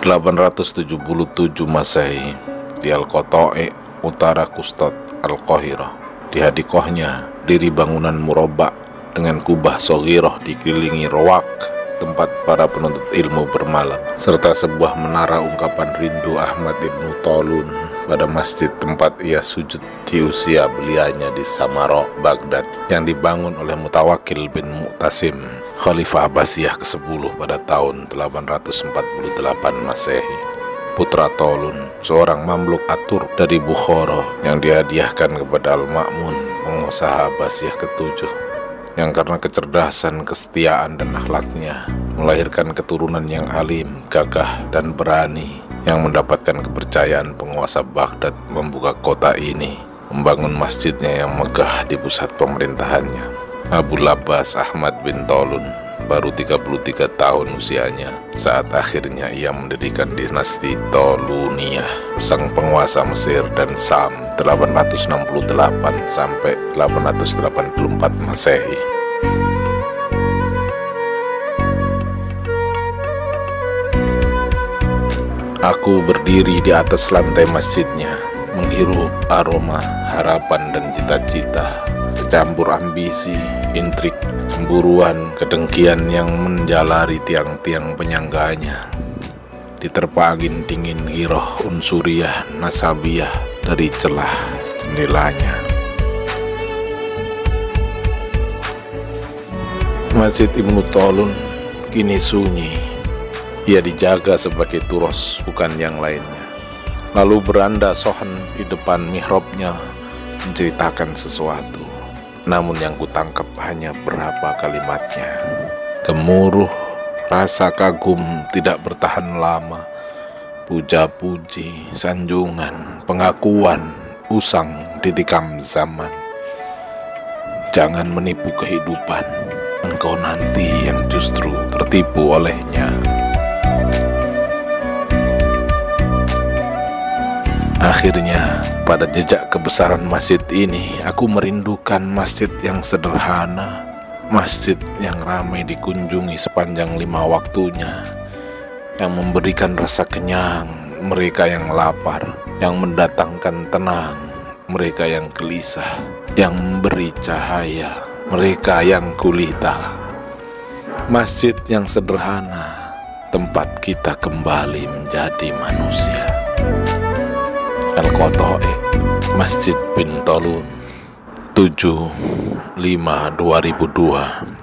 877 Masehi di Al-Qata'i, utara Kustat Al-Qahirah. Di hadikohnya diri bangunan murabba dengan kubah sogiroh dikelilingi rowak, tempat para penuntut ilmu bermalam, serta sebuah menara ungkapan rindu Ahmad ibnu Tolun pada masjid tempat ia sujud di usia belianya di Samarra, Baghdad, yang dibangun oleh Mutawakkil bin Mu'tasim, Khalifah Abbasiyah ke-10 pada tahun 848 Masehi. Putra Tolun, seorang mamluk Atur dari Bukhara yang dihadiahkan kepada Al-Ma'mun, pengusaha Abbasiyah ke-7, yang karena kecerdasan, kesetiaan, dan akhlaknya melahirkan keturunan yang alim, gagah, dan berani, yang mendapatkan kepercayaan penguasa Baghdad membuka kota ini, membangun masjidnya yang megah di pusat pemerintahannya. Abul Abbas Ahmad bin Tolun baru 33 tahun usianya saat akhirnya ia mendirikan dinasti Toluniyah, sang penguasa Mesir dan Sam 868 sampai 884 Masehi. Aku berdiri di atas lantai masjidnya, menghirup aroma harapan dan cita-cita, kecampur ambisi, intrik, cemburuan, kedengkian yang menjalari tiang-tiang penyangganya. Diterpa angin dingin giroh unsuriyah nasabiyah dari celah jendelanya. Masjid Ibnu Tolun kini sunyi. Ia dijaga sebagai turos, bukan yang lainnya. Lalu beranda sohan di depan mihrabnya menceritakan sesuatu. Namun yang kutangkap hanya berapa kalimatnya. Gemuruh, rasa kagum tidak bertahan lama. Puja-puji, sanjungan, pengakuan, usang ditikam zaman. Jangan menipu kehidupan, engkau nanti yang justru tertipu olehnya. Akhirnya, pada jejak kebesaran masjid ini, aku merindukan masjid yang sederhana, masjid yang ramai dikunjungi sepanjang 5 waktunya, yang memberikan rasa kenyang mereka yang lapar, yang mendatangkan tenang mereka yang gelisah, yang memberi cahaya mereka yang gulita. Masjid yang sederhana, tempat kita kembali menjadi manusia. Al-Qata'i, Masjid bin Tolun, 7/5/2002.